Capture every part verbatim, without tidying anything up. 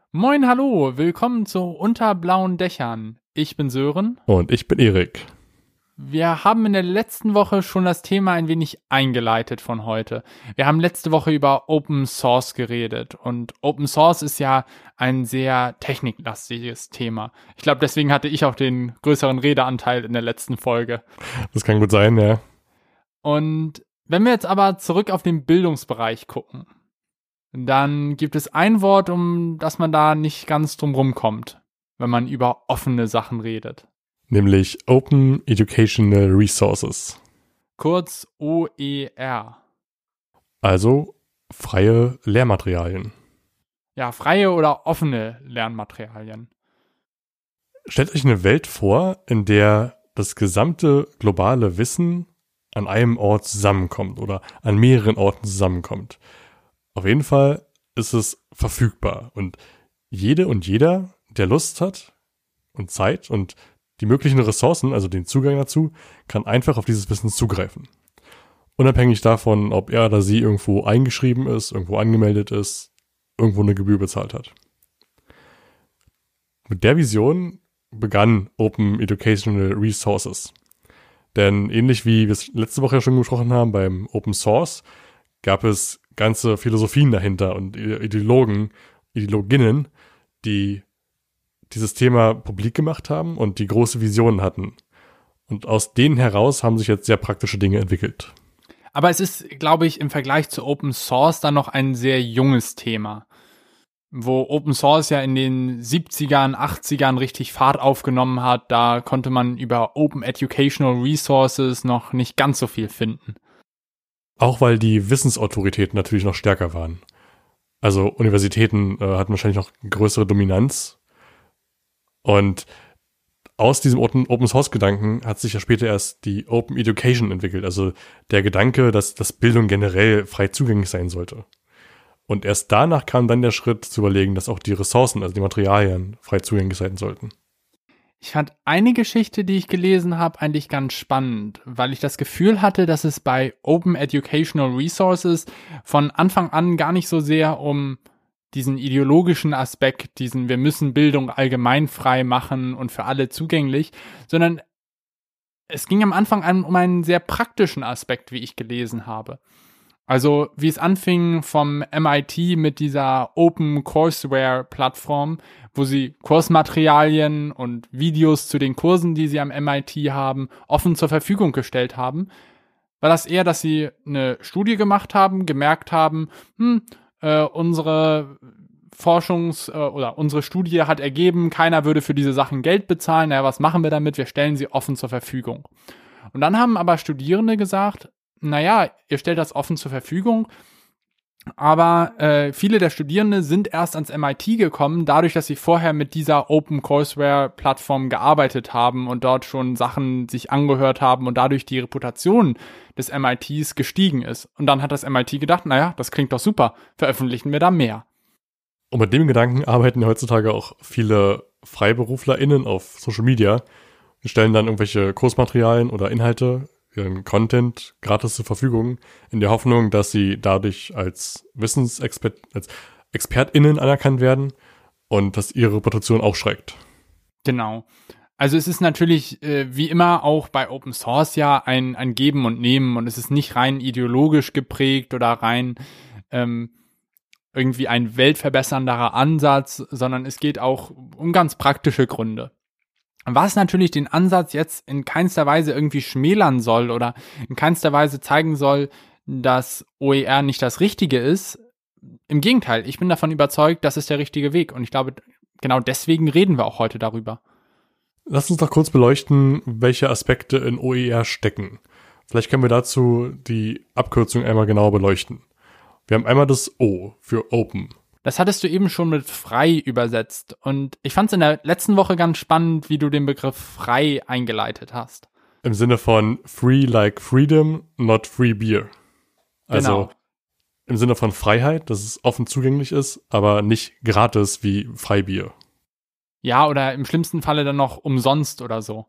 Moin, hallo, willkommen zu Unter blauen Dächern. Ich bin Sören. Und ich bin Erik. Wir haben in der letzten Woche schon das Thema ein wenig eingeleitet von heute. Wir haben letzte Woche über Open Source geredet und Open Source ist ja ein sehr techniklastiges Thema. Ich glaube, deswegen hatte ich auch den größeren Redeanteil in der letzten Folge. Das kann gut sein, ja. Und wenn wir jetzt aber zurück auf den Bildungsbereich gucken, dann gibt es ein Wort, um das man da nicht ganz drum rumkommt, wenn man über offene Sachen redet. Nämlich Open Educational Resources. Kurz O E R. Also freie Lehrmaterialien. Ja, freie oder offene Lernmaterialien. Stellt euch eine Welt vor, in der das gesamte globale Wissen an einem Ort zusammenkommt oder an mehreren Orten zusammenkommt. Auf jeden Fall ist es verfügbar und jede und jeder, der Lust hat und Zeit und die möglichen Ressourcen, also den Zugang dazu, kann einfach auf dieses Wissen zugreifen. Unabhängig davon, ob er oder sie irgendwo eingeschrieben ist, irgendwo angemeldet ist, irgendwo eine Gebühr bezahlt hat. Mit der Vision begann Open Educational Resources. Denn ähnlich wie wir es letzte Woche ja schon gesprochen haben beim Open Source, gab es ganze Philosophien dahinter und Ideologen, Ideologinnen, die dieses Thema publik gemacht haben und die große Visionen hatten. Und aus denen heraus haben sich jetzt sehr praktische Dinge entwickelt. Aber es ist, glaube ich, im Vergleich zu Open Source dann noch ein sehr junges Thema. Wo Open Source ja in den siebzigern, achtzigern richtig Fahrt aufgenommen hat, da konnte man über Open Educational Resources noch nicht ganz so viel finden. Auch weil die Wissensautoritäten natürlich noch stärker waren. Also Universitäten äh, hatten wahrscheinlich noch größere Dominanz. Und aus diesem Open-Source-Gedanken hat sich ja später erst die Open Education entwickelt. Also der Gedanke, dass, dass Bildung generell frei zugänglich sein sollte. Und erst danach kam dann der Schritt zu überlegen, dass auch die Ressourcen, also die Materialien, frei zugänglich sein sollten. Ich fand eine Geschichte, die ich gelesen habe, eigentlich ganz spannend, weil ich das Gefühl hatte, dass es bei Open Educational Resources von Anfang an gar nicht so sehr um diesen ideologischen Aspekt, diesen wir müssen Bildung allgemein frei machen und für alle zugänglich, sondern es ging am Anfang an um einen sehr praktischen Aspekt, wie ich gelesen habe. Also wie es anfing vom M I T mit dieser Open Courseware Plattform, wo sie Kursmaterialien und Videos zu den Kursen, die sie am M I T haben, offen zur Verfügung gestellt haben, war das eher, dass sie eine Studie gemacht haben, gemerkt haben, hm, äh, unsere Forschungs- äh, oder unsere Studie hat ergeben, keiner würde für diese Sachen Geld bezahlen, naja, was machen wir damit? Wir stellen sie offen zur Verfügung. Und dann haben aber Studierende gesagt, naja, ihr stellt das offen zur Verfügung, aber äh, viele der Studierende sind erst ans M I T gekommen, dadurch, dass sie vorher mit dieser Open Courseware Plattform gearbeitet haben und dort schon Sachen sich angehört haben und dadurch die Reputation des M I Ts gestiegen ist. Und dann hat das M I T gedacht, naja, das klingt doch super, veröffentlichen wir da mehr. Und mit dem Gedanken arbeiten heutzutage auch viele FreiberuflerInnen auf Social Media und stellen dann irgendwelche Kursmaterialien oder Inhalte, ihren Content gratis zur Verfügung, in der Hoffnung, dass sie dadurch als Wissensexpert, als ExpertInnen anerkannt werden und dass ihre Reputation auch steigt. Genau. Also es ist natürlich äh, wie immer auch bei Open Source ja ein, ein Geben und Nehmen und es ist nicht rein ideologisch geprägt oder rein ähm, irgendwie ein weltverbessernder Ansatz, sondern es geht auch um ganz praktische Gründe. Was natürlich den Ansatz jetzt in keinster Weise irgendwie schmälern soll oder in keinster Weise zeigen soll, dass O E R nicht das Richtige ist. Im Gegenteil, ich bin davon überzeugt, das ist der richtige Weg. Und ich glaube, genau deswegen reden wir auch heute darüber. Lass uns doch kurz beleuchten, welche Aspekte in O E R stecken. Vielleicht können wir dazu die Abkürzung einmal genauer beleuchten. Wir haben einmal das O für Open. Das hattest du eben schon mit frei übersetzt und ich fand es in der letzten Woche ganz spannend, wie du den Begriff frei eingeleitet hast. Im Sinne von free like freedom, not free beer. Also genau. Im Sinne von Freiheit, dass es offen zugänglich ist, aber nicht gratis wie Freibier. Ja, oder im schlimmsten Falle dann noch umsonst oder so.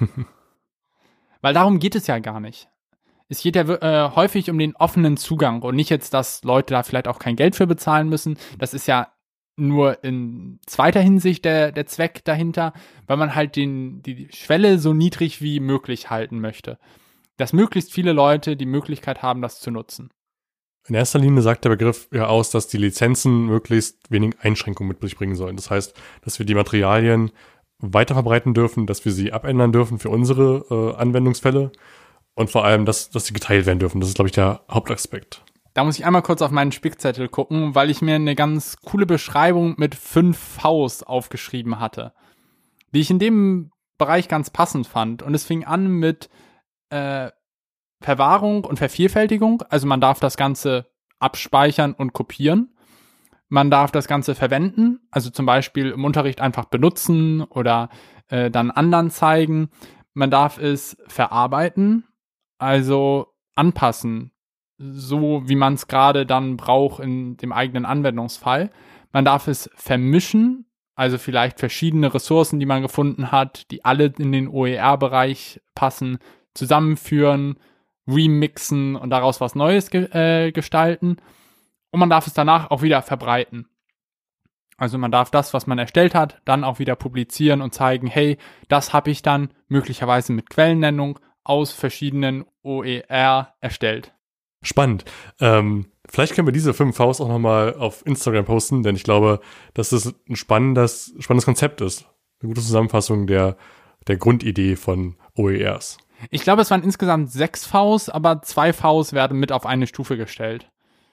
Weil darum geht es ja gar nicht. Es geht ja äh, häufig um den offenen Zugang und nicht jetzt, dass Leute da vielleicht auch kein Geld für bezahlen müssen. Das ist ja nur in zweiter Hinsicht der, der Zweck dahinter, weil man halt den, die Schwelle so niedrig wie möglich halten möchte. Dass möglichst viele Leute die Möglichkeit haben, das zu nutzen. In erster Linie sagt der Begriff ja aus, dass die Lizenzen möglichst wenig Einschränkungen mit sich bringen sollen. Das heißt, dass wir die Materialien weiterverbreiten dürfen, dass wir sie abändern dürfen für unsere äh, Anwendungsfälle und vor allem, dass, dass sie geteilt werden dürfen. Das ist, glaube ich, der Hauptaspekt. Da muss ich einmal kurz auf meinen Spickzettel gucken, weil ich mir eine ganz coole Beschreibung mit fünf Vs aufgeschrieben hatte, die ich in dem Bereich ganz passend fand. Und es fing an mit äh, Verwahrung und Vervielfältigung. Also man darf das Ganze abspeichern und kopieren. Man darf das Ganze verwenden, also zum Beispiel im Unterricht einfach benutzen oder äh, dann anderen zeigen. Man darf es verarbeiten, also anpassen, so wie man es gerade dann braucht in dem eigenen Anwendungsfall. Man darf es vermischen, also vielleicht verschiedene Ressourcen, die man gefunden hat, die alle in den O E R-Bereich passen, zusammenführen, remixen und daraus was Neues ge- äh, gestalten. Und man darf es danach auch wieder verbreiten. Also man darf das, was man erstellt hat, dann auch wieder publizieren und zeigen, hey, das habe ich dann möglicherweise mit Quellennennung aus verschiedenen O E R erstellt. Spannend. Ähm, vielleicht können wir diese fünf Vs auch nochmal auf Instagram posten, denn ich glaube, dass das ein spannendes, spannendes Konzept ist. Eine gute Zusammenfassung der, der Grundidee von O E Rs. Ich glaube, es waren insgesamt sechs Vs, aber zwei Vs werden mit auf eine Stufe gestellt.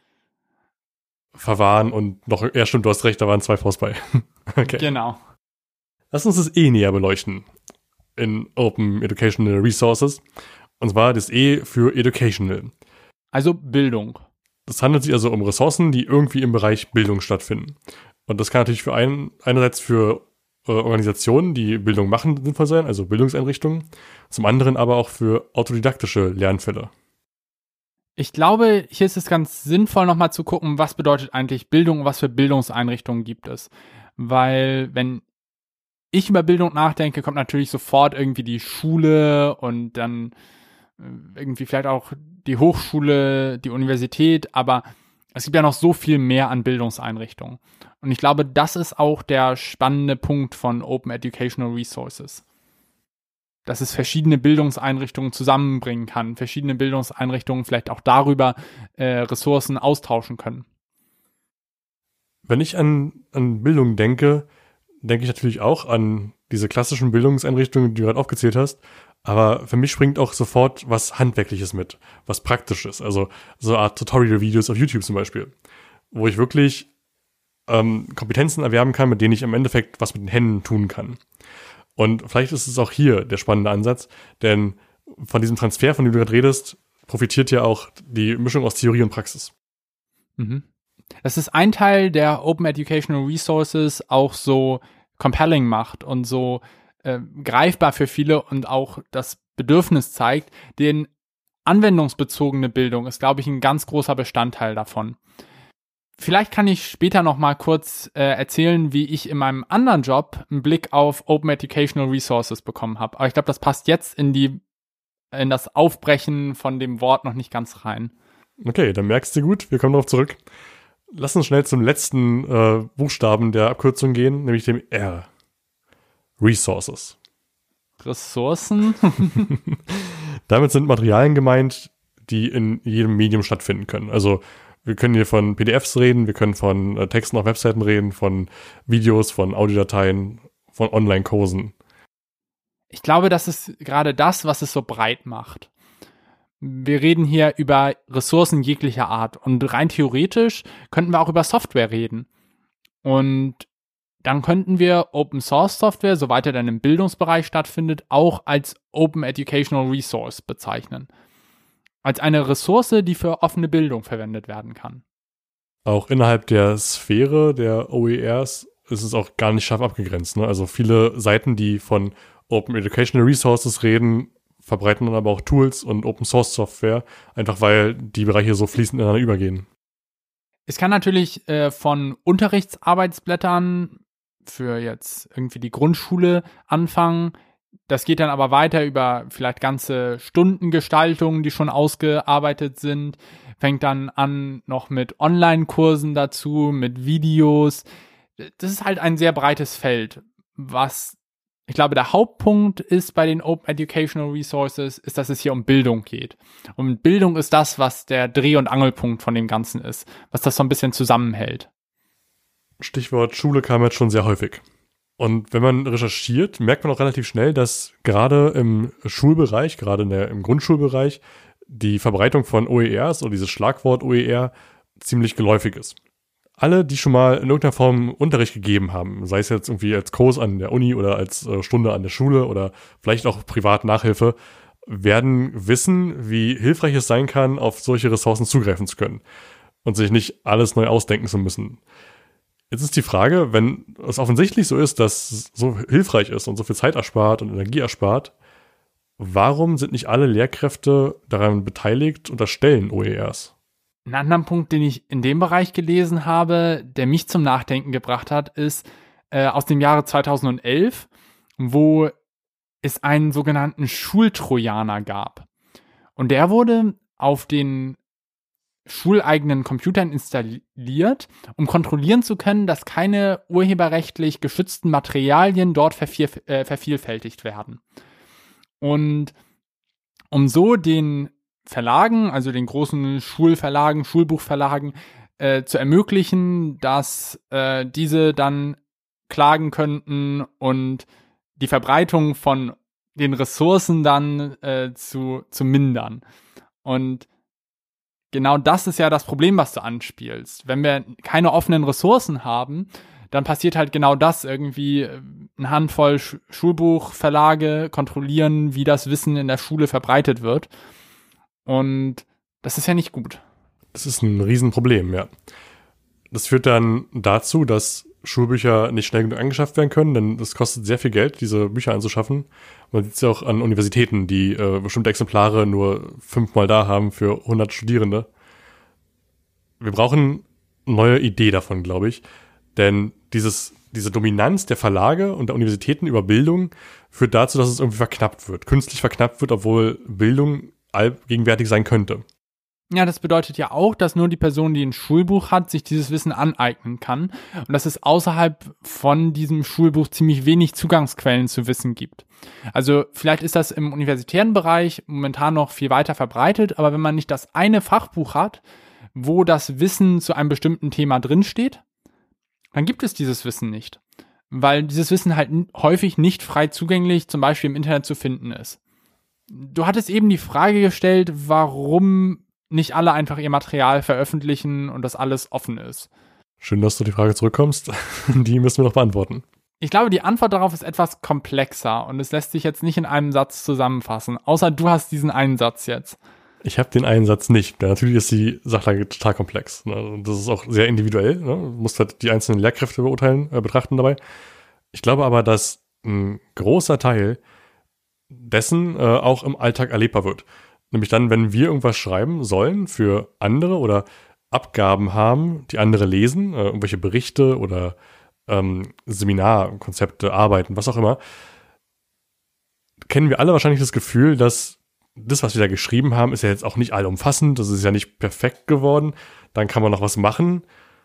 Verwahren und noch, ja stimmt, du hast recht, da waren zwei Vs bei. Okay. Genau. Lass uns das E näher beleuchten in Open Educational Resources. Und zwar das E für Educational. Also Bildung. Es handelt sich also um Ressourcen, die irgendwie im Bereich Bildung stattfinden. Und das kann natürlich für einen, einerseits für äh, Organisationen, die Bildung machen, sinnvoll sein, also Bildungseinrichtungen. Zum anderen aber auch für autodidaktische Lernfälle. Ich glaube, hier ist es ganz sinnvoll, nochmal zu gucken, was bedeutet eigentlich Bildung und was für Bildungseinrichtungen gibt es. Weil, wenn ich über Bildung nachdenke, kommt natürlich sofort irgendwie die Schule und dann irgendwie vielleicht auch die Hochschule, die Universität, aber es gibt ja noch so viel mehr an Bildungseinrichtungen. Und ich glaube, das ist auch der spannende Punkt von Open Educational Resources. Dass es verschiedene Bildungseinrichtungen zusammenbringen kann, verschiedene Bildungseinrichtungen vielleicht auch darüber äh, Ressourcen austauschen können. Wenn ich an, an Bildung denke, denke ich natürlich auch an diese klassischen Bildungseinrichtungen, die du gerade aufgezählt hast, aber für mich springt auch sofort was Handwerkliches mit, was Praktisches, also so eine Art Tutorial-Videos auf YouTube zum Beispiel, wo ich wirklich ähm, Kompetenzen erwerben kann, mit denen ich im Endeffekt was mit den Händen tun kann. Und vielleicht ist es auch hier der spannende Ansatz, denn von diesem Transfer, von dem du gerade redest, profitiert ja auch die Mischung aus Theorie und Praxis. Mhm. Das ist ein Teil, der Open Educational Resources auch so compelling macht und so äh, greifbar für viele und auch das Bedürfnis zeigt. Denn anwendungsbezogene Bildung ist, glaube ich, ein ganz großer Bestandteil davon. Vielleicht kann ich später noch mal kurz äh, erzählen, wie ich in meinem anderen Job einen Blick auf Open Educational Resources bekommen habe. Aber ich glaube, das passt jetzt in die in das Aufbrechen von dem Wort noch nicht ganz rein. Okay, dann merkst du gut, wir kommen darauf zurück. Lass uns schnell zum letzten äh, Buchstaben der Abkürzung gehen, nämlich dem R. Resources. Ressourcen? Damit sind Materialien gemeint, die in jedem Medium stattfinden können. Also wir können hier von P D Fs reden, wir können von äh, Texten auf Webseiten reden, von Videos, von Audiodateien, von Online-Kursen. Ich glaube, das ist gerade das, was es so breit macht. Wir reden hier über Ressourcen jeglicher Art und rein theoretisch könnten wir auch über Software reden. Und dann könnten wir Open Source Software, soweit er dann im Bildungsbereich stattfindet, auch als Open Educational Resource bezeichnen. Als eine Ressource, die für offene Bildung verwendet werden kann. Auch innerhalb der Sphäre der O E Rs ist es auch gar nicht scharf abgegrenzt. Ne? Also viele Seiten, die von Open Educational Resources reden, verbreiten dann aber auch Tools und Open Source Software, einfach weil die Bereiche so fließend ineinander übergehen. Es kann natürlich äh, von Unterrichtsarbeitsblättern für jetzt irgendwie die Grundschule anfangen. Das geht dann aber weiter über vielleicht ganze Stundengestaltungen, die schon ausgearbeitet sind. Fängt dann an noch mit Online-Kursen dazu, mit Videos. das ist halt ein sehr breites Feld, was ich glaube, der Hauptpunkt ist bei den Open Educational Resources, ist, dass es hier um Bildung geht. Und Bildung ist das, was der Dreh- und Angelpunkt von dem Ganzen ist, was das so ein bisschen zusammenhält. Stichwort Schule kam jetzt schon sehr häufig. Und wenn man recherchiert, merkt man auch relativ schnell, dass gerade im Schulbereich, gerade in der, im Grundschulbereich, die Verbreitung von O E Rs oder dieses Schlagwort O E R ziemlich geläufig ist. Alle, die schon mal in irgendeiner Form Unterricht gegeben haben, sei es jetzt irgendwie als Kurs an der Uni oder als äh, Stunde an der Schule oder vielleicht auch privat Nachhilfe, werden wissen, wie hilfreich es sein kann, auf solche Ressourcen zugreifen zu können und sich nicht alles neu ausdenken zu müssen. Jetzt ist die Frage, wenn es offensichtlich so ist, dass es so hilfreich ist und so viel Zeit erspart und Energie erspart, warum sind nicht alle Lehrkräfte daran beteiligt und erstellen O E Rs? Ein anderer Punkt, den ich in dem Bereich gelesen habe, der mich zum Nachdenken gebracht hat, ist äh, aus dem Jahre zweitausendelf, wo es einen sogenannten Schultrojaner gab. Und der wurde auf den schuleigenen Computern installiert, um kontrollieren zu können, dass keine urheberrechtlich geschützten Materialien dort verviel- äh, vervielfältigt werden. Und um so den Verlagen, also den großen Schulverlagen, Schulbuchverlagen, äh, zu ermöglichen, dass äh, diese dann klagen könnten und die Verbreitung von den Ressourcen dann äh, zu, zu mindern. Und genau das ist ja das Problem, was du anspielst. Wenn wir keine offenen Ressourcen haben, dann passiert halt genau das. Irgendwie eine Handvoll Sch- Schulbuchverlage kontrollieren, wie das Wissen in der Schule verbreitet wird. Und das ist ja nicht gut. Das ist ein Riesenproblem, ja. Das führt dann dazu, dass Schulbücher nicht schnell genug angeschafft werden können, denn es kostet sehr viel Geld, diese Bücher anzuschaffen. Man sieht es ja auch an Universitäten, die äh, bestimmte Exemplare nur fünfmal da haben für hundert Studierende. Wir brauchen eine neue Idee davon, glaube ich. Denn dieses, diese Dominanz der Verlage und der Universitäten über Bildung führt dazu, dass es irgendwie verknappt wird. Künstlich verknappt wird, obwohl Bildung allgegenwärtig sein könnte. Ja, das bedeutet ja auch, dass nur die Person, die ein Schulbuch hat, sich dieses Wissen aneignen kann und dass es außerhalb von diesem Schulbuch ziemlich wenig Zugangsquellen zu Wissen gibt. Also vielleicht ist das im universitären Bereich momentan noch viel weiter verbreitet, aber wenn man nicht das eine Fachbuch hat, wo das Wissen zu einem bestimmten Thema drinsteht, dann gibt es dieses Wissen nicht, weil dieses Wissen halt häufig nicht frei zugänglich zum Beispiel im Internet zu finden ist. Du hattest eben die Frage gestellt, warum nicht alle einfach ihr Material veröffentlichen und das alles offen ist. Schön, dass du die Frage zurückkommst. Die müssen wir noch beantworten. Ich glaube, die Antwort darauf ist etwas komplexer und es lässt sich jetzt nicht in einem Satz zusammenfassen, außer du hast diesen einen Satz jetzt. Ich habe den einen Satz nicht. Ja, natürlich ist die Sachlage total komplex. Ne? Das ist auch sehr individuell. Ne? Du musst halt die einzelnen Lehrkräfte beurteilen, äh, betrachten dabei. Ich glaube aber, dass ein großer Teil dessen äh, auch im Alltag erlebbar wird. Nämlich dann, wenn wir irgendwas schreiben sollen für andere oder Abgaben haben, die andere lesen, äh, irgendwelche Berichte oder ähm, Seminarkonzepte, Arbeiten, was auch immer, kennen wir alle wahrscheinlich das Gefühl, dass das, was wir da geschrieben haben, ist ja jetzt auch nicht allumfassend, das ist ja nicht perfekt geworden, dann kann man noch was machen.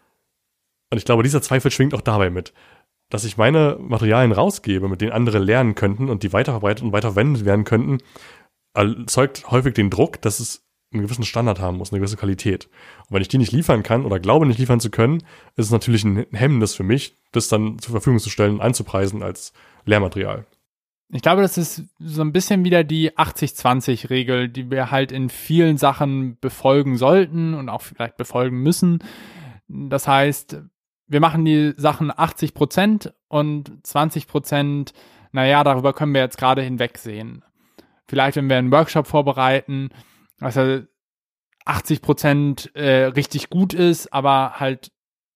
Und ich glaube, dieser Zweifel schwingt auch dabei mit, dass ich meine Materialien rausgebe, mit denen andere lernen könnten und die weiterverbreitet und weiterverwendet werden könnten, erzeugt häufig den Druck, dass es einen gewissen Standard haben muss, eine gewisse Qualität. Und wenn ich die nicht liefern kann oder glaube nicht liefern zu können, ist es natürlich ein Hemmnis für mich, das dann zur Verfügung zu stellen und einzupreisen als Lehrmaterial. Ich glaube, das ist so ein bisschen wieder die achtzig zwanzig Regel, die wir halt in vielen Sachen befolgen sollten und auch vielleicht befolgen müssen. Das heißt, wir machen die Sachen achtzig Prozent und zwanzig Prozent, naja, darüber können wir jetzt gerade hinwegsehen. Vielleicht, wenn wir einen Workshop vorbereiten, also achtzig Prozent äh, richtig gut ist, aber halt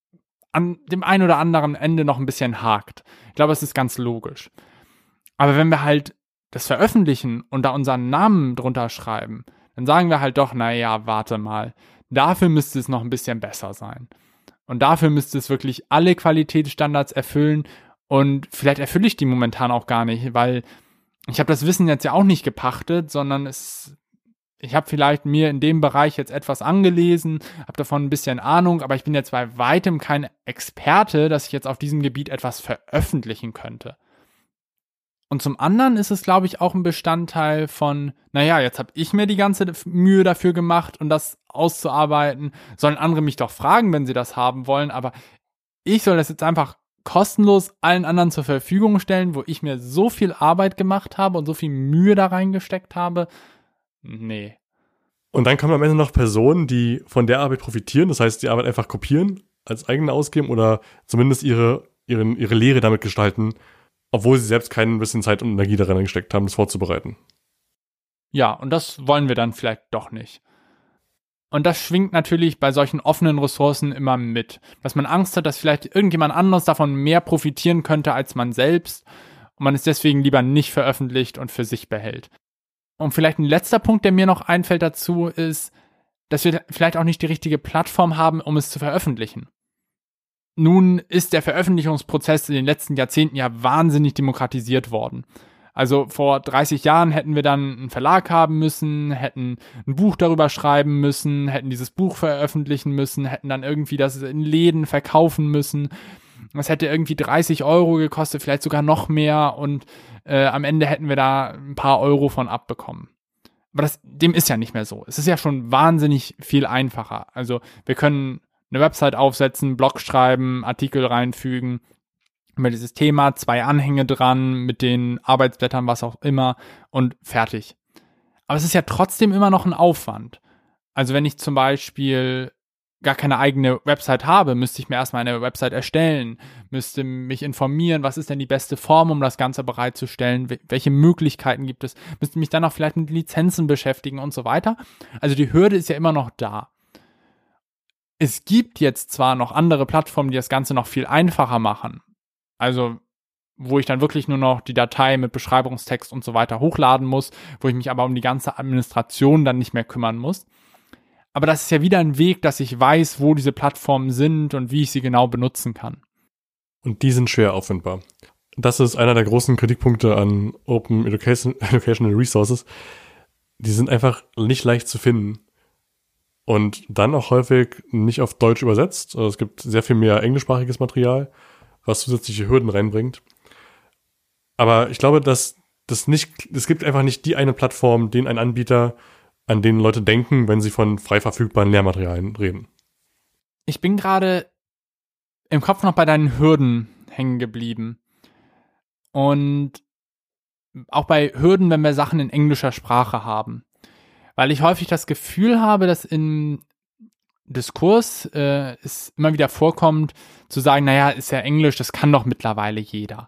an dem einen oder anderen Ende noch ein bisschen hakt. Ich glaube, es ist ganz logisch. Aber wenn wir halt das veröffentlichen und da unseren Namen drunter schreiben, dann sagen wir halt doch, naja, warte mal, dafür müsste es noch ein bisschen besser sein. Und dafür müsste es wirklich alle Qualitätsstandards erfüllen und vielleicht erfülle ich die momentan auch gar nicht, weil ich habe das Wissen jetzt ja auch nicht gepachtet, sondern es ich habe vielleicht mir in dem Bereich jetzt etwas angelesen, habe davon ein bisschen Ahnung, aber ich bin jetzt bei weitem kein Experte, dass ich jetzt auf diesem Gebiet etwas veröffentlichen könnte. Und zum anderen ist es, glaube ich, auch ein Bestandteil von, naja, jetzt habe ich mir die ganze Mühe dafür gemacht, um das auszuarbeiten, sollen andere mich doch fragen, wenn sie das haben wollen, aber ich soll das jetzt einfach kostenlos allen anderen zur Verfügung stellen, wo ich mir so viel Arbeit gemacht habe und so viel Mühe da reingesteckt habe. Nee. Und dann kommen am Ende noch Personen, die von der Arbeit profitieren, das heißt, die Arbeit einfach kopieren, als eigene ausgeben oder zumindest ihre, ihren, ihre Lehre damit gestalten, obwohl sie selbst kein bisschen Zeit und Energie darin gesteckt haben, das vorzubereiten. Ja, und das wollen wir dann vielleicht doch nicht. Und das schwingt natürlich bei solchen offenen Ressourcen immer mit, dass man Angst hat, dass vielleicht irgendjemand anderes davon mehr profitieren könnte als man selbst und man es deswegen lieber nicht veröffentlicht und für sich behält. Und vielleicht ein letzter Punkt, der mir noch einfällt dazu, ist, dass wir vielleicht auch nicht die richtige Plattform haben, um es zu veröffentlichen. Nun ist der Veröffentlichungsprozess in den letzten Jahrzehnten ja wahnsinnig demokratisiert worden. Also vor dreißig Jahren hätten wir dann einen Verlag haben müssen, hätten ein Buch darüber schreiben müssen, hätten dieses Buch veröffentlichen müssen, hätten dann irgendwie das in Läden verkaufen müssen. Das hätte irgendwie dreißig Euro gekostet, vielleicht sogar noch mehr und äh, am Ende hätten wir da ein paar Euro von abbekommen. Aber das, dem ist ja nicht mehr so. Es ist ja schon wahnsinnig viel einfacher. Also wir können eine Website aufsetzen, Blog schreiben, Artikel reinfügen, über dieses Thema, zwei Anhänge dran, mit den Arbeitsblättern, was auch immer und fertig. Aber es ist ja trotzdem immer noch ein Aufwand. Also wenn ich zum Beispiel gar keine eigene Website habe, müsste ich mir erstmal eine Website erstellen, müsste mich informieren, was ist denn die beste Form, um das Ganze bereitzustellen, welche Möglichkeiten gibt es, müsste mich dann auch vielleicht mit Lizenzen beschäftigen und so weiter. Also die Hürde ist ja immer noch da. Es gibt jetzt zwar noch andere Plattformen, die das Ganze noch viel einfacher machen, also wo ich dann wirklich nur noch die Datei mit Beschreibungstext und so weiter hochladen muss, wo ich mich aber um die ganze Administration dann nicht mehr kümmern muss. Aber das ist ja wieder ein Weg, dass ich weiß, wo diese Plattformen sind und wie ich sie genau benutzen kann. Und die sind schwer auffindbar. Das ist einer der großen Kritikpunkte an Open Education, Educational Resources. Die sind einfach nicht leicht zu finden. Und dann auch häufig nicht auf Deutsch übersetzt. Also es gibt sehr viel mehr englischsprachiges Material, was zusätzliche Hürden reinbringt. Aber ich glaube, dass das nicht, es gibt einfach nicht die eine Plattform, den ein Anbieter, an den Leute denken, wenn sie von frei verfügbaren Lehrmaterialien reden. Ich bin gerade im Kopf noch bei deinen Hürden hängen geblieben. Und auch bei Hürden, wenn wir Sachen in englischer Sprache haben. Weil ich häufig das Gefühl habe, dass im Diskurs äh, es immer wieder vorkommt, zu sagen, naja, ist ja Englisch, das kann doch mittlerweile jeder.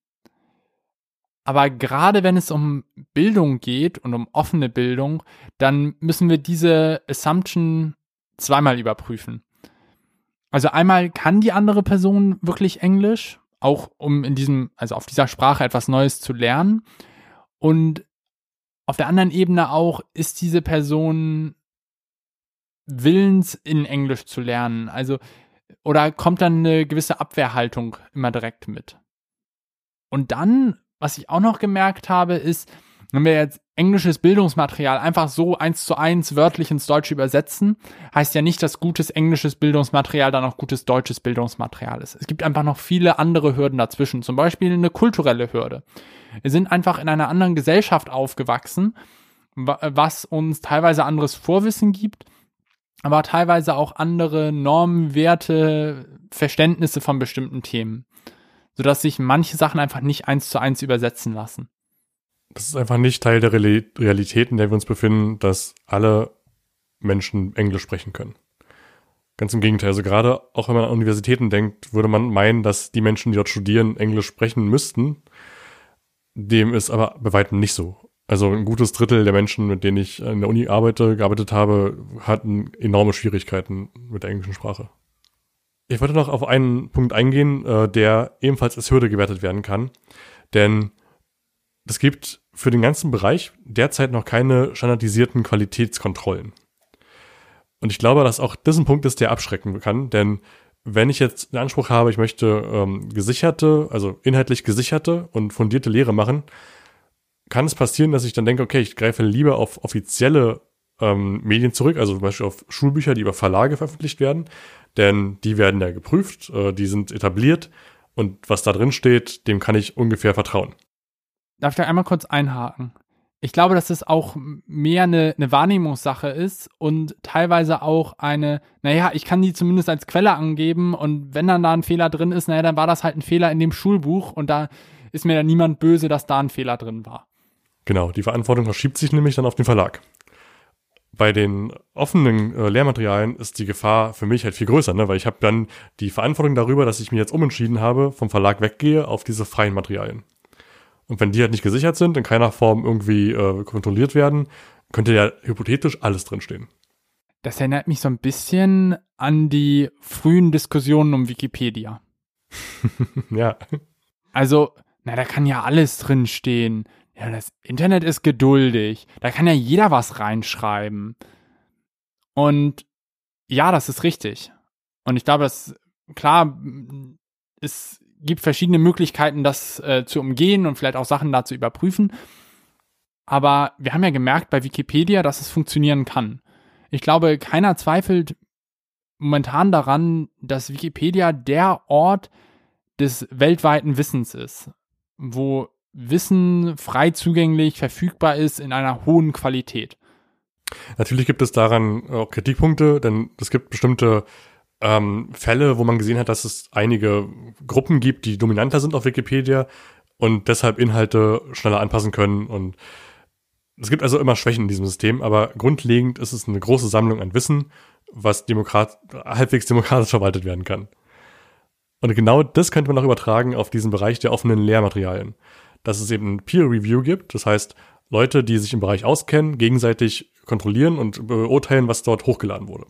Aber gerade wenn es um Bildung geht und um offene Bildung, dann müssen wir diese Assumption zweimal überprüfen. Also einmal, kann die andere Person wirklich Englisch, auch um in diesem, also auf dieser Sprache etwas Neues zu lernen. Und auf der anderen Ebene auch, ist diese Person willens, in Englisch zu lernen? Also, oder kommt dann eine gewisse Abwehrhaltung immer direkt mit? Und dann, was ich auch noch gemerkt habe, ist, wenn wir jetzt englisches Bildungsmaterial einfach so eins zu eins wörtlich ins Deutsche übersetzen, heißt ja nicht, dass gutes englisches Bildungsmaterial dann auch gutes deutsches Bildungsmaterial ist. Es gibt einfach noch viele andere Hürden dazwischen, zum Beispiel eine kulturelle Hürde. Wir sind einfach in einer anderen Gesellschaft aufgewachsen, was uns teilweise anderes Vorwissen gibt, aber teilweise auch andere Normen, Werte, Verständnisse von bestimmten Themen, sodass sich manche Sachen einfach nicht eins zu eins übersetzen lassen. Das ist einfach nicht Teil der Realität, in der wir uns befinden, dass alle Menschen Englisch sprechen können. Ganz im Gegenteil, also gerade auch wenn man an Universitäten denkt, würde man meinen, dass die Menschen, die dort studieren, Englisch sprechen müssten. Dem ist aber bei weitem nicht so. Also ein gutes Drittel der Menschen, mit denen ich an der Uni arbeite, gearbeitet habe, hatten enorme Schwierigkeiten mit der englischen Sprache. Ich wollte noch auf einen Punkt eingehen, der ebenfalls als Hürde gewertet werden kann. Denn es gibt für den ganzen Bereich derzeit noch keine standardisierten Qualitätskontrollen. Und ich glaube, dass auch das ein Punkt ist, der abschrecken kann. Denn wenn ich jetzt den Anspruch habe, ich möchte ähm, gesicherte, also inhaltlich gesicherte und fundierte Lehre machen, kann es passieren, dass ich dann denke, okay, ich greife lieber auf offizielle ähm, Medien zurück, also zum Beispiel auf Schulbücher, die über Verlage veröffentlicht werden, denn die werden ja geprüft, äh, die sind etabliert und was da drin steht, dem kann ich ungefähr vertrauen. Darf ich da einmal kurz einhaken? Ich glaube, dass es auch mehr eine, eine Wahrnehmungssache ist und teilweise auch eine, naja, ich kann die zumindest als Quelle angeben und wenn dann da ein Fehler drin ist, naja, dann war das halt ein Fehler in dem Schulbuch und da ist mir dann niemand böse, dass da ein Fehler drin war. Genau, die Verantwortung verschiebt sich nämlich dann auf den Verlag. Bei den offenen äh, Lehrmaterialien ist die Gefahr für mich halt viel größer, ne? Weil ich habe dann die Verantwortung darüber, dass ich mich jetzt umentschieden habe, vom Verlag weggehe auf diese freien Materialien. Und wenn die halt nicht gesichert sind, in keiner Form irgendwie äh, kontrolliert werden, könnte ja hypothetisch alles drinstehen. Das erinnert mich so ein bisschen an die frühen Diskussionen um Wikipedia. Ja. Also, na, da kann ja alles drinstehen. Ja, das Internet ist geduldig. Da kann ja jeder was reinschreiben. Und ja, das ist richtig. Und ich glaube, dass, klar, es gibt verschiedene Möglichkeiten, das äh, zu umgehen und vielleicht auch Sachen da zu überprüfen. Aber wir haben ja gemerkt bei Wikipedia, dass es funktionieren kann. Ich glaube, keiner zweifelt momentan daran, dass Wikipedia der Ort des weltweiten Wissens ist, wo Wissen frei zugänglich, verfügbar ist in einer hohen Qualität. Natürlich gibt es daran auch Kritikpunkte, denn es gibt bestimmte ähm, Fälle, wo man gesehen hat, dass es einige Gruppen gibt, die dominanter sind auf Wikipedia und deshalb Inhalte schneller anpassen können. Und es gibt also immer Schwächen in diesem System, aber grundlegend ist es eine große Sammlung an Wissen, was demokrat halbwegs demokratisch verwaltet werden kann. Und genau das könnte man auch übertragen auf diesen Bereich der offenen Lehrmaterialien. Dass es eben ein Peer Review gibt, das heißt, Leute, die sich im Bereich auskennen, gegenseitig kontrollieren und beurteilen, was dort hochgeladen wurde.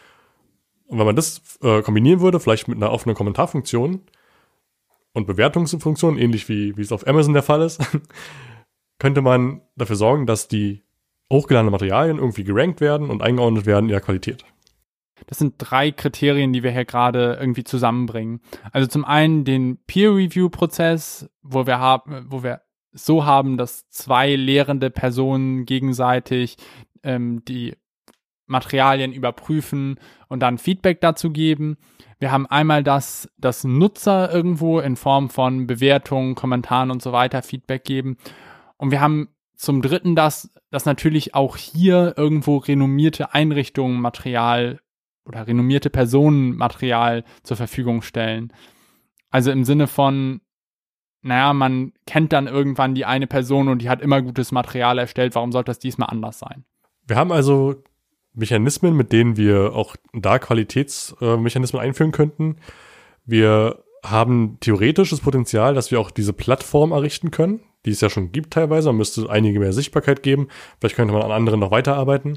Und wenn man das äh, kombinieren würde, vielleicht mit einer offenen Kommentarfunktion und Bewertungsfunktion, ähnlich wie, wie es auf Amazon der Fall ist, könnte man dafür sorgen, dass die hochgeladenen Materialien irgendwie gerankt werden und eingeordnet werden in ihrer Qualität. Das sind drei Kriterien, die wir hier gerade irgendwie zusammenbringen. Also zum einen den Peer-Review-Prozess, wo wir haben, wo wir so haben, dass zwei lehrende Personen gegenseitig ähm, die Materialien überprüfen und dann Feedback dazu geben. Wir haben einmal das, dass Nutzer irgendwo in Form von Bewertungen, Kommentaren und so weiter Feedback geben. Und wir haben zum Dritten das, dass natürlich auch hier irgendwo renommierte Einrichtungen Material oder renommierte Personen Material zur Verfügung stellen. Also im Sinne von, naja, man kennt dann irgendwann die eine Person und die hat immer gutes Material erstellt, warum sollte das diesmal anders sein? Wir haben also Mechanismen, mit denen wir auch da Qualitätsmechanismen einführen könnten. Wir haben theoretisches Potenzial, dass wir auch diese Plattform errichten können, die es ja schon gibt teilweise. Man müsste einige mehr Sichtbarkeit geben. Vielleicht könnte man an anderen noch weiterarbeiten.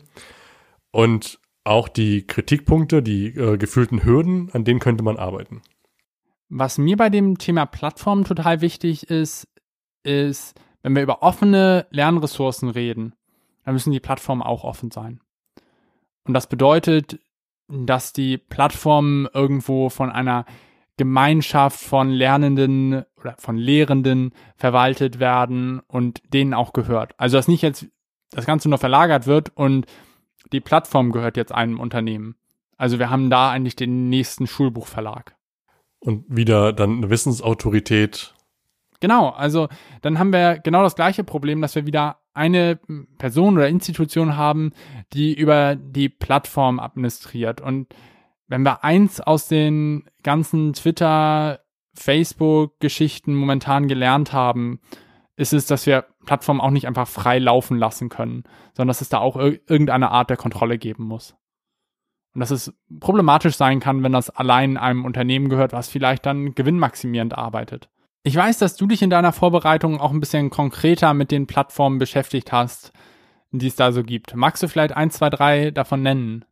Und auch die Kritikpunkte, die äh, gefühlten Hürden, an denen könnte man arbeiten. Was mir bei dem Thema Plattform total wichtig ist, ist, wenn wir über offene Lernressourcen reden, dann müssen die Plattformen auch offen sein. Und das bedeutet, dass die Plattformen irgendwo von einer Gemeinschaft von Lernenden oder von Lehrenden verwaltet werden und denen auch gehört. Also dass nicht jetzt das Ganze nur verlagert wird und die Plattform gehört jetzt einem Unternehmen. Also wir haben da eigentlich den nächsten Schulbuchverlag. Und wieder dann eine Wissensautorität. Genau, also dann haben wir genau das gleiche Problem, dass wir wieder eine Person oder Institution haben, die über die Plattform administriert. Und wenn wir eins aus den ganzen Twitter, Facebook-Geschichten momentan gelernt haben, ist es, dass wir Plattformen auch nicht einfach frei laufen lassen können, sondern dass es da auch ir- irgendeine Art der Kontrolle geben muss. Und dass es problematisch sein kann, wenn das allein einem Unternehmen gehört, was vielleicht dann gewinnmaximierend arbeitet. Ich weiß, dass du dich in deiner Vorbereitung auch ein bisschen konkreter mit den Plattformen beschäftigt hast, die es da so gibt. Magst du vielleicht ein, zwei, drei davon nennen?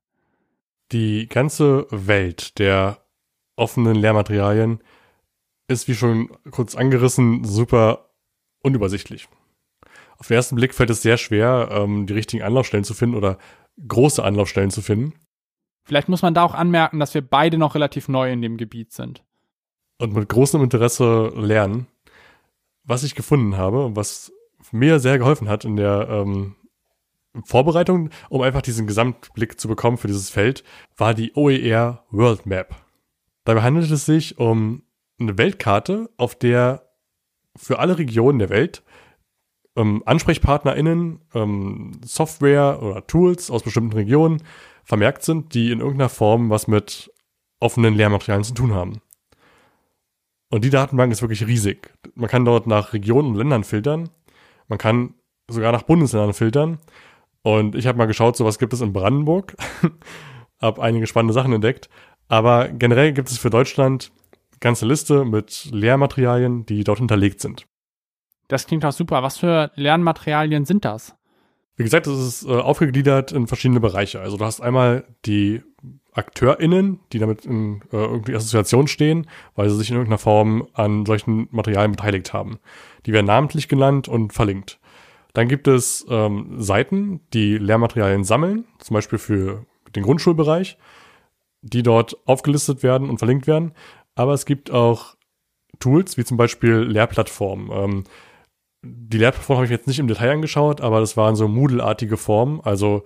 Die ganze Welt der offenen Lehrmaterialien ist, wie schon kurz angerissen, super unübersichtlich. Auf den ersten Blick fällt es sehr schwer, ähm, die richtigen Anlaufstellen zu finden oder große Anlaufstellen zu finden. Vielleicht muss man da auch anmerken, dass wir beide noch relativ neu in dem Gebiet sind. Und mit großem Interesse lernen. Was ich gefunden habe und was mir sehr geholfen hat in der, ähm, Vorbereitung, um einfach diesen Gesamtblick zu bekommen für dieses Feld, war die O E R World Map. Dabei handelt es sich um eine Weltkarte, auf der für alle Regionen der Welt ähm, AnsprechpartnerInnen, ähm, Software oder Tools aus bestimmten Regionen vermerkt sind, die in irgendeiner Form was mit offenen Lehrmaterialien zu tun haben. Und die Datenbank ist wirklich riesig. Man kann dort nach Regionen und Ländern filtern. Man kann sogar nach Bundesländern filtern. Und ich habe mal geschaut, so was gibt es in Brandenburg. Habe einige spannende Sachen entdeckt. Aber generell gibt es für Deutschland eine ganze Liste mit Lehrmaterialien, die dort hinterlegt sind. Das klingt auch super. Was für Lernmaterialien sind das? Wie gesagt, das ist äh, aufgegliedert in verschiedene Bereiche. Also du hast einmal die AkteurInnen, die damit in äh, irgendwie Assoziation stehen, weil sie sich in irgendeiner Form an solchen Materialien beteiligt haben. Die werden namentlich genannt und verlinkt. Dann gibt es ähm, Seiten, die Lehrmaterialien sammeln, zum Beispiel für den Grundschulbereich, die dort aufgelistet werden und verlinkt werden. Aber es gibt auch Tools, wie zum Beispiel Lehrplattformen. Ähm, die Lehrplattform habe ich jetzt nicht im Detail angeschaut, aber das waren so Moodle-artige Formen, also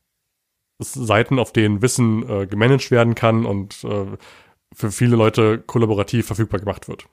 Seiten, auf denen Wissen äh, gemanagt werden kann und äh, für viele Leute kollaborativ verfügbar gemacht wird.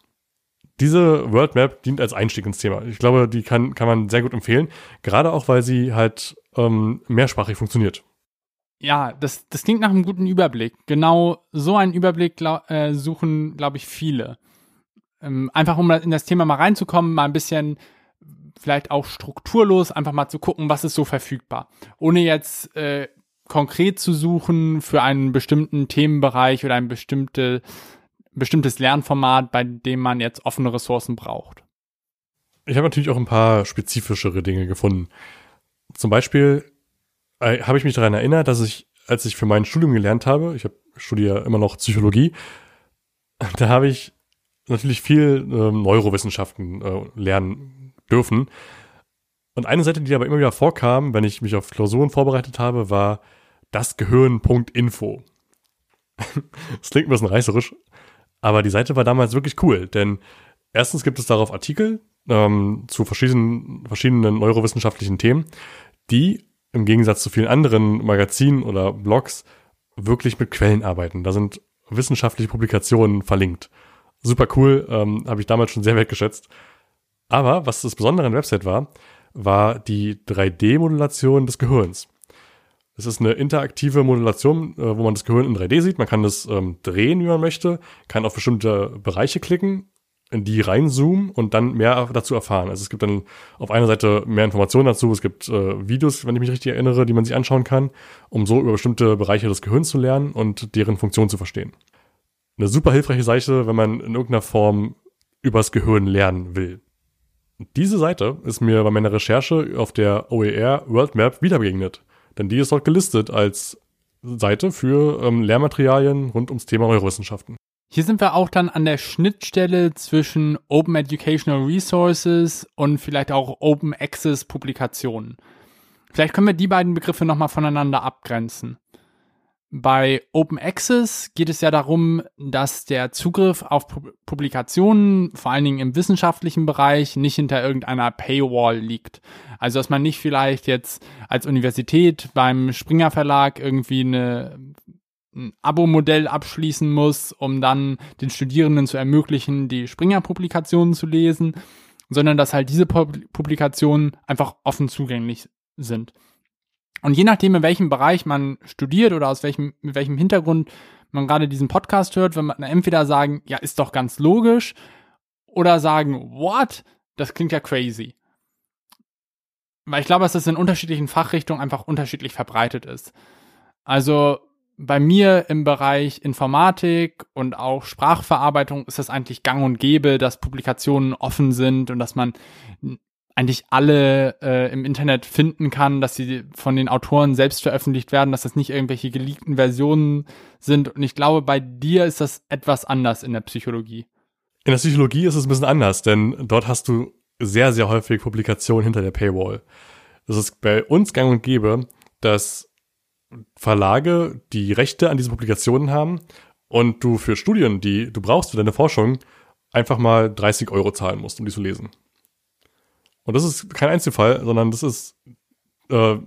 Diese World Map dient als Einstieg ins Thema. Ich glaube, die kann, kann man sehr gut empfehlen, gerade auch, weil sie halt ähm, mehrsprachig funktioniert. Ja, das, das klingt nach einem guten Überblick. Genau so einen Überblick glaub, äh, suchen, glaube ich, viele. Ähm, einfach um in das Thema mal reinzukommen, mal ein bisschen vielleicht auch strukturlos, einfach mal zu gucken, was ist so verfügbar. Ohne jetzt äh, konkret zu suchen für einen bestimmten Themenbereich oder ein bestimmte, bestimmtes Lernformat, bei dem man jetzt offene Ressourcen braucht. Ich habe natürlich auch ein paar spezifischere Dinge gefunden. Zum Beispiel äh, habe ich mich daran erinnert, dass ich, als ich für mein Studium gelernt habe, ich habe studiere immer noch Psychologie, da habe ich natürlich viel äh, Neurowissenschaften äh, lernen dürfen. Und eine Seite, die aber immer wieder vorkam, wenn ich mich auf Klausuren vorbereitet habe, war dasgehirn.info. Das klingt ein bisschen reißerisch, aber die Seite war damals wirklich cool, denn erstens gibt es darauf Artikel ähm, zu verschiedenen, verschiedenen neurowissenschaftlichen Themen, die im Gegensatz zu vielen anderen Magazinen oder Blogs wirklich mit Quellen arbeiten. Da sind wissenschaftliche Publikationen verlinkt. Super cool, ähm, habe ich damals schon sehr wertgeschätzt. Aber was das Besondere an der Website war, war die drei D-Modulation des Gehirns. Es ist eine interaktive Modulation, äh, wo man das Gehirn in drei D sieht. Man kann das ähm, drehen, wie man möchte, kann auf bestimmte Bereiche klicken, in die reinzoomen und dann mehr dazu erfahren. Also es gibt dann auf einer Seite mehr Informationen dazu. Es gibt äh, Videos, wenn ich mich richtig erinnere, die man sich anschauen kann, um so über bestimmte Bereiche des Gehirns zu lernen und deren Funktion zu verstehen. Eine super hilfreiche Seite, wenn man in irgendeiner Form übers Gehirn lernen will. Diese Seite ist mir bei meiner Recherche auf der O E R World Map wieder begegnet. Denn die ist dort gelistet als Seite für ähm, Lehrmaterialien rund ums Thema Neurowissenschaften. Hier sind wir auch dann an der Schnittstelle zwischen Open Educational Resources und vielleicht auch Open Access Publikationen. Vielleicht können wir die beiden Begriffe nochmal voneinander abgrenzen. Bei Open Access geht es ja darum, dass der Zugriff auf Publikationen, vor allen Dingen im wissenschaftlichen Bereich, nicht hinter irgendeiner Paywall liegt. Also dass man nicht vielleicht jetzt als Universität beim Springer Verlag irgendwie eine, ein Abo-Modell abschließen muss, um dann den Studierenden zu ermöglichen, die Springer-Publikationen zu lesen, sondern dass halt diese Publikationen einfach offen zugänglich sind. Und je nachdem, in welchem Bereich man studiert oder aus welchem, mit welchem Hintergrund man gerade diesen Podcast hört, wenn man entweder sagen, ja, ist doch ganz logisch, oder sagen, what? Das klingt ja crazy. Weil ich glaube, dass das in unterschiedlichen Fachrichtungen einfach unterschiedlich verbreitet ist. Also bei mir im Bereich Informatik und auch Sprachverarbeitung ist das eigentlich gang und gäbe, dass Publikationen offen sind und dass man eigentlich alle äh, im Internet finden kann, dass sie von den Autoren selbst veröffentlicht werden, dass das nicht irgendwelche geleakten Versionen sind. Und ich glaube, bei dir ist das etwas anders in der Psychologie. In der Psychologie ist es ein bisschen anders, denn dort hast du sehr, sehr häufig Publikationen hinter der Paywall. Das ist bei uns gang und gäbe, dass Verlage die Rechte an diesen Publikationen haben und du für Studien, die du brauchst für deine Forschung, einfach mal dreißig Euro zahlen musst, um die zu lesen. Und das ist kein Einzelfall, sondern das ist äh,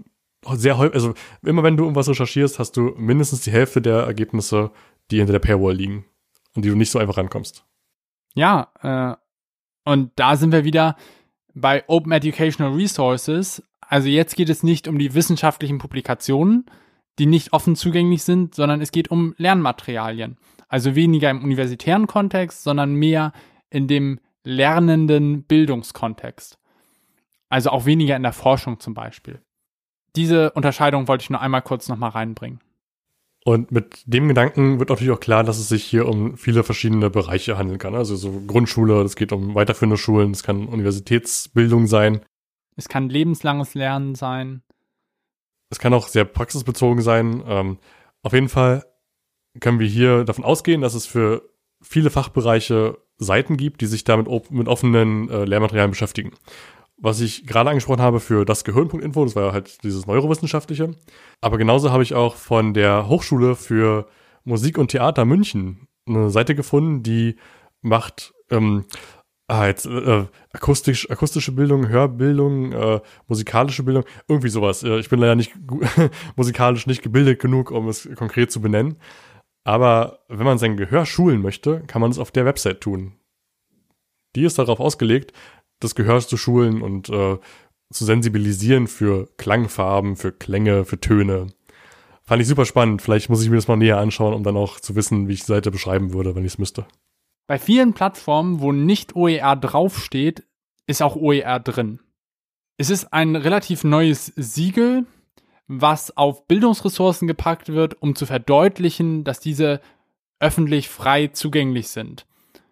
sehr häufig, also immer wenn du irgendwas recherchierst, hast du mindestens die Hälfte der Ergebnisse, die hinter der Paywall liegen und die du nicht so einfach rankommst. Ja, äh, und da sind wir wieder bei Open Educational Resources. Also jetzt geht es nicht um die wissenschaftlichen Publikationen, die nicht offen zugänglich sind, sondern es geht um Lernmaterialien. Also weniger im universitären Kontext, sondern mehr in dem lernenden Bildungskontext. Also auch weniger in der Forschung zum Beispiel. Diese Unterscheidung wollte ich nur einmal kurz nochmal reinbringen. Und mit dem Gedanken wird natürlich auch klar, dass es sich hier um viele verschiedene Bereiche handeln kann. Also so Grundschule, es geht um weiterführende Schulen, es kann Universitätsbildung sein. Es kann lebenslanges Lernen sein. Es kann auch sehr praxisbezogen sein. Ähm, auf jeden Fall können wir hier davon ausgehen, dass es für viele Fachbereiche Seiten gibt, die sich damit op- mit offenen äh, Lehrmaterialien beschäftigen. Was ich gerade angesprochen habe für das Gehirn.info, das war ja halt dieses Neurowissenschaftliche. Aber genauso habe ich auch von der Hochschule für Musik und Theater München eine Seite gefunden, die macht ähm, ah, jetzt, äh, akustisch, akustische Bildung, Hörbildung, äh, musikalische Bildung, irgendwie sowas. Äh, ich bin leider nicht musikalisch nicht gebildet genug, um es konkret zu benennen. Aber wenn man sein Gehör schulen möchte, kann man es auf der Website tun. Die ist darauf ausgelegt, das Gehör zu schulen und äh, zu sensibilisieren für Klangfarben, für Klänge, für Töne. Fand ich super spannend. Vielleicht muss ich mir das mal näher anschauen, um dann auch zu wissen, wie ich die Seite beschreiben würde, wenn ich es müsste. Bei vielen Plattformen, wo nicht O E R draufsteht, ist auch O E R drin. Es ist ein relativ neues Siegel, was auf Bildungsressourcen gepackt wird, um zu verdeutlichen, dass diese öffentlich frei zugänglich sind.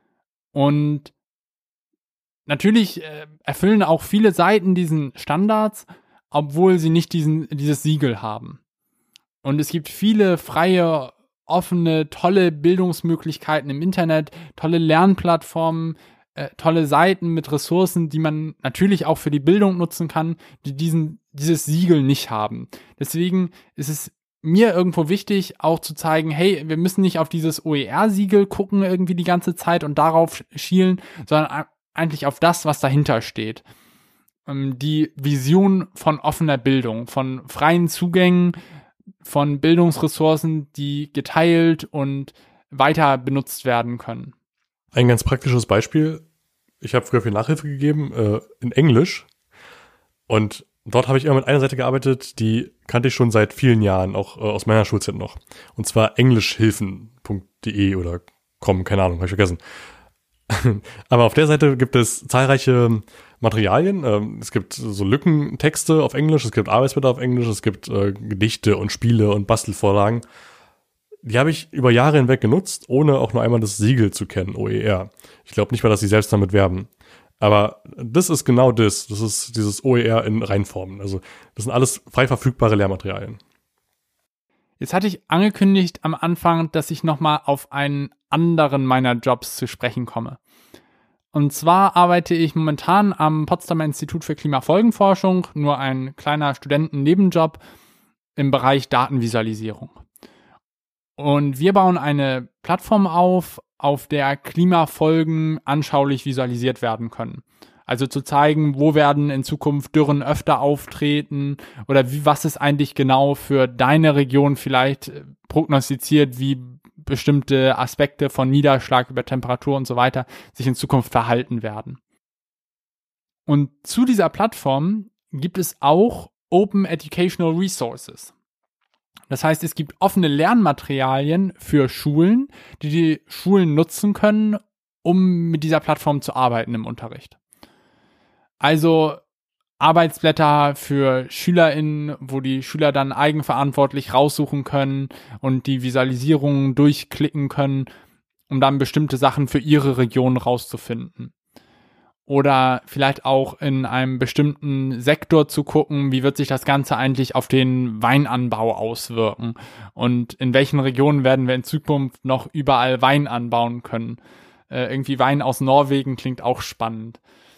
Und natürlich äh, erfüllen auch viele Seiten diesen Standards, obwohl sie nicht diesen, dieses Siegel haben. Und es gibt viele freie, offene, tolle Bildungsmöglichkeiten im Internet, tolle Lernplattformen, äh, tolle Seiten mit Ressourcen, die man natürlich auch für die Bildung nutzen kann, die diesen, dieses Siegel nicht haben. Deswegen ist es mir irgendwo wichtig, auch zu zeigen, hey, wir müssen nicht auf dieses O E R-Siegel gucken irgendwie die ganze Zeit und darauf schielen, sondern eigentlich auf das, was dahinter steht. Ähm, die Vision von offener Bildung, von freien Zugängen, von Bildungsressourcen, die geteilt und weiter benutzt werden können. Ein ganz praktisches Beispiel. Ich habe früher viel Nachhilfe gegeben äh, in Englisch und dort habe ich immer mit einer Seite gearbeitet, die kannte ich schon seit vielen Jahren, auch äh, aus meiner Schulzeit noch. Und zwar englischhilfen punkt de oder com, keine Ahnung, habe ich vergessen. Aber auf der Seite gibt es zahlreiche Materialien. Ähm, es gibt so Lückentexte auf Englisch, es gibt Arbeitsblätter auf Englisch, es gibt äh, Gedichte und Spiele und Bastelvorlagen. Die habe ich über Jahre hinweg genutzt, ohne auch nur einmal das Siegel zu kennen, O E R. Ich glaube nicht mal, dass sie selbst damit werben. Aber das ist genau das. Das ist dieses O E R in Reinformen. Also das sind alles frei verfügbare Lehrmaterialien. Jetzt hatte ich angekündigt am Anfang, dass ich nochmal auf einen anderen meiner Jobs zu sprechen komme. Und zwar arbeite ich momentan am Potsdamer Institut für Klimafolgenforschung, nur ein kleiner Studentennebenjob im Bereich Datenvisualisierung. Und wir bauen eine Plattform auf, auf der Klimafolgen anschaulich visualisiert werden können. Also zu zeigen, wo werden in Zukunft Dürren öfter auftreten oder wie, was ist eigentlich genau für deine Region vielleicht prognostiziert, wie bestimmte Aspekte von Niederschlag über Temperatur und so weiter sich in Zukunft verhalten werden. Und zu dieser Plattform gibt es auch Open Educational Resources. Das heißt, es gibt offene Lernmaterialien für Schulen, die die Schulen nutzen können, um mit dieser Plattform zu arbeiten im Unterricht. Also Arbeitsblätter für SchülerInnen, wo die Schüler dann eigenverantwortlich raussuchen können und die Visualisierungen durchklicken können, um dann bestimmte Sachen für ihre Region rauszufinden. Oder vielleicht auch in einem bestimmten Sektor zu gucken, wie wird sich das Ganze eigentlich auf den Weinanbau auswirken und in welchen Regionen werden wir in Zukunft noch überall Wein anbauen können. Äh, irgendwie Wein aus Norwegen klingt auch spannend.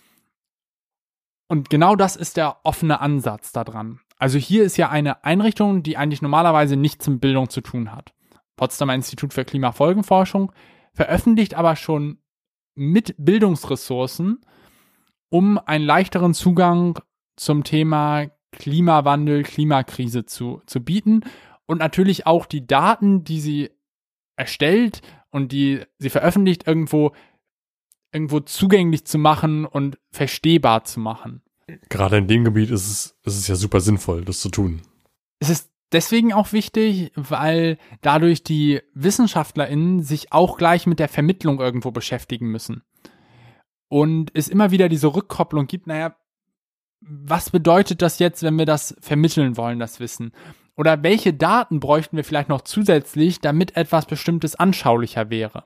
Und genau das ist der offene Ansatz daran. Also hier ist ja eine Einrichtung, die eigentlich normalerweise nichts mit Bildung zu tun hat. Potsdamer Institut für Klimafolgenforschung veröffentlicht aber schon mit Bildungsressourcen, um einen leichteren Zugang zum Thema Klimawandel, Klimakrise zu, zu bieten und natürlich auch die Daten, die sie erstellt und die sie veröffentlicht, irgendwo, irgendwo zugänglich zu machen und verstehbar zu machen. Gerade in dem Gebiet ist es, ist es ja super sinnvoll, das zu tun. Es ist deswegen auch wichtig, weil dadurch die WissenschaftlerInnen sich auch gleich mit der Vermittlung irgendwo beschäftigen müssen. Und es immer wieder diese Rückkopplung gibt, naja, was bedeutet das jetzt, wenn wir das vermitteln wollen, das Wissen? Oder welche Daten bräuchten wir vielleicht noch zusätzlich, damit etwas Bestimmtes anschaulicher wäre?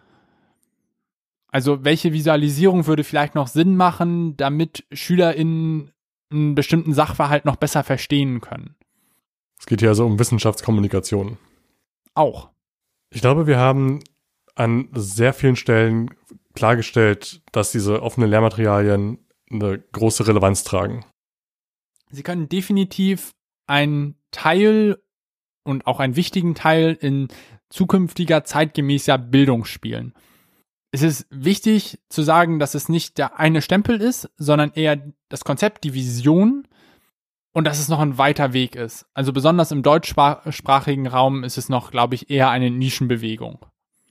Also welche Visualisierung würde vielleicht noch Sinn machen, damit SchülerInnen einen bestimmten Sachverhalt noch besser verstehen können? Es geht hier also um Wissenschaftskommunikation. Auch. Ich glaube, wir haben an sehr vielen Stellen klargestellt, dass diese offenen Lehrmaterialien eine große Relevanz tragen. Sie können definitiv einen Teil und auch einen wichtigen Teil in zukünftiger zeitgemäßer Bildung spielen. Es ist wichtig zu sagen, dass es nicht der eine Stempel ist, sondern eher das Konzept, die Vision und dass es noch ein weiter Weg ist. Also besonders im deutschsprachigen Raum ist es noch, glaube ich, eher eine Nischenbewegung.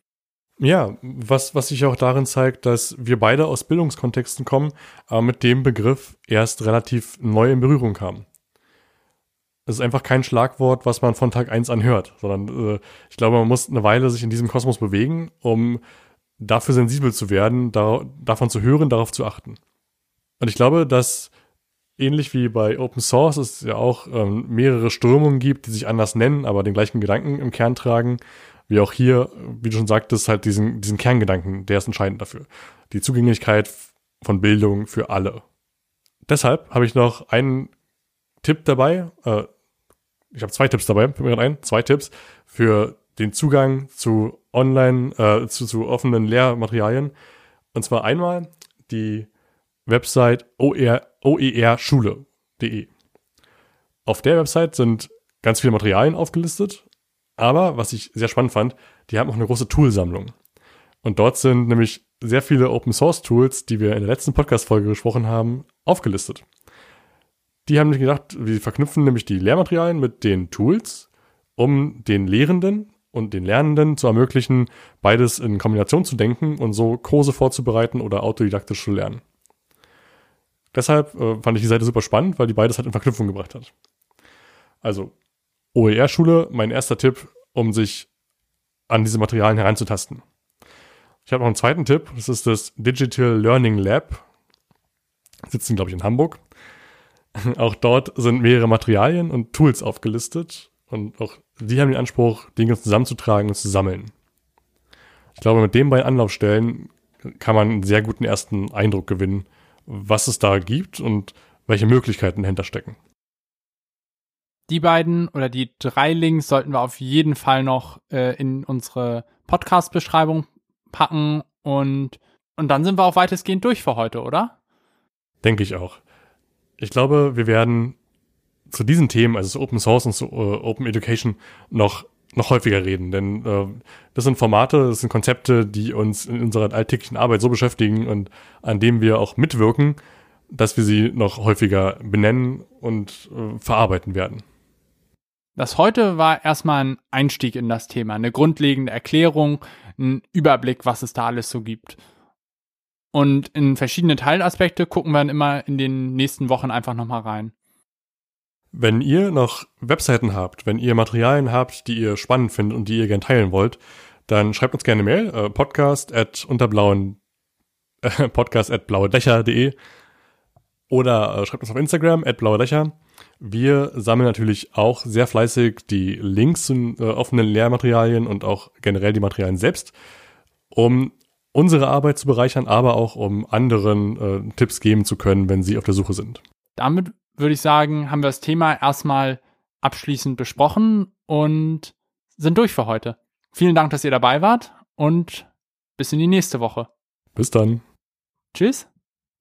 Ja, was, was sich auch darin zeigt, dass wir beide aus Bildungskontexten kommen, aber mit dem Begriff erst relativ neu in Berührung kamen. Es ist einfach kein Schlagwort, was man von Tag eins an hört, sondern äh, ich glaube, man muss eine Weile sich in diesem Kosmos bewegen, um dafür sensibel zu werden, da, davon zu hören, darauf zu achten. Und ich glaube, dass ähnlich wie bei Open Source es ja auch ähm, mehrere Strömungen gibt, die sich anders nennen, aber den gleichen Gedanken im Kern tragen, wie auch hier, wie du schon sagtest, halt diesen, diesen Kerngedanken, der ist entscheidend dafür. Die Zugänglichkeit von Bildung für alle. Deshalb habe ich noch einen Tipp dabei, äh, ich habe zwei Tipps dabei, fällt mir gerade ein, zwei Tipps für den Zugang zu online, äh, zu, zu offenen Lehrmaterialien. Und zwar einmal die Website o e r schule punkt de. Auf der Website sind ganz viele Materialien aufgelistet, aber was ich sehr spannend fand, die haben auch eine große Toolsammlung. Und dort sind nämlich sehr viele Open-Source-Tools, die wir in der letzten Podcast-Folge gesprochen haben, aufgelistet. Die haben sich gedacht, wir verknüpfen nämlich die Lehrmaterialien mit den Tools, um den Lehrenden und den Lernenden zu ermöglichen, beides in Kombination zu denken und so Kurse vorzubereiten oder autodidaktisch zu lernen. Deshalb äh, fand ich die Seite super spannend, weil die beides halt in Verknüpfung gebracht hat. Also O E R-Schule, mein erster Tipp, um sich an diese Materialien heranzutasten. Ich habe noch einen zweiten Tipp, das ist das Digital Learning Lab. Sitzen, glaube ich, in Hamburg. Auch dort sind mehrere Materialien und Tools aufgelistet und auch die haben den Anspruch, Dinge zusammenzutragen und zu sammeln. Ich glaube, mit den beiden Anlaufstellen kann man einen sehr guten ersten Eindruck gewinnen, was es da gibt und welche Möglichkeiten dahinter stecken. Die beiden oder die drei Links sollten wir auf jeden Fall noch äh, in unsere Podcast-Beschreibung packen und, und dann sind wir auch weitestgehend durch für heute, oder? Denke ich auch. Ich glaube, wir werden zu diesen Themen, also zu Open Source und zu uh, Open Education, noch, noch häufiger reden. Denn äh, das sind Formate, das sind Konzepte, die uns in unserer alltäglichen Arbeit so beschäftigen und an denen wir auch mitwirken, dass wir sie noch häufiger benennen und äh, verarbeiten werden. Das heute war erstmal ein Einstieg in das Thema, eine grundlegende Erklärung, ein Überblick, was es da alles so gibt. Und in verschiedene Teilaspekte gucken wir dann immer in den nächsten Wochen einfach nochmal rein. Wenn ihr noch Webseiten habt, wenn ihr Materialien habt, die ihr spannend findet und die ihr gerne teilen wollt, dann schreibt uns gerne eine Mail, äh, podcast at unterblauen äh, podcast at blauedächer punkt de oder äh, schreibt uns auf Instagram at blauedächer. Wir sammeln natürlich auch sehr fleißig die Links zu äh, offenen Lehrmaterialien und auch generell die Materialien selbst, um unsere Arbeit zu bereichern, aber auch um anderen äh, Tipps geben zu können, wenn sie auf der Suche sind. Damit würde ich sagen, haben wir das Thema erstmal abschließend besprochen und sind durch für heute. Vielen Dank, dass ihr dabei wart und bis in die nächste Woche. Bis dann. Tschüss.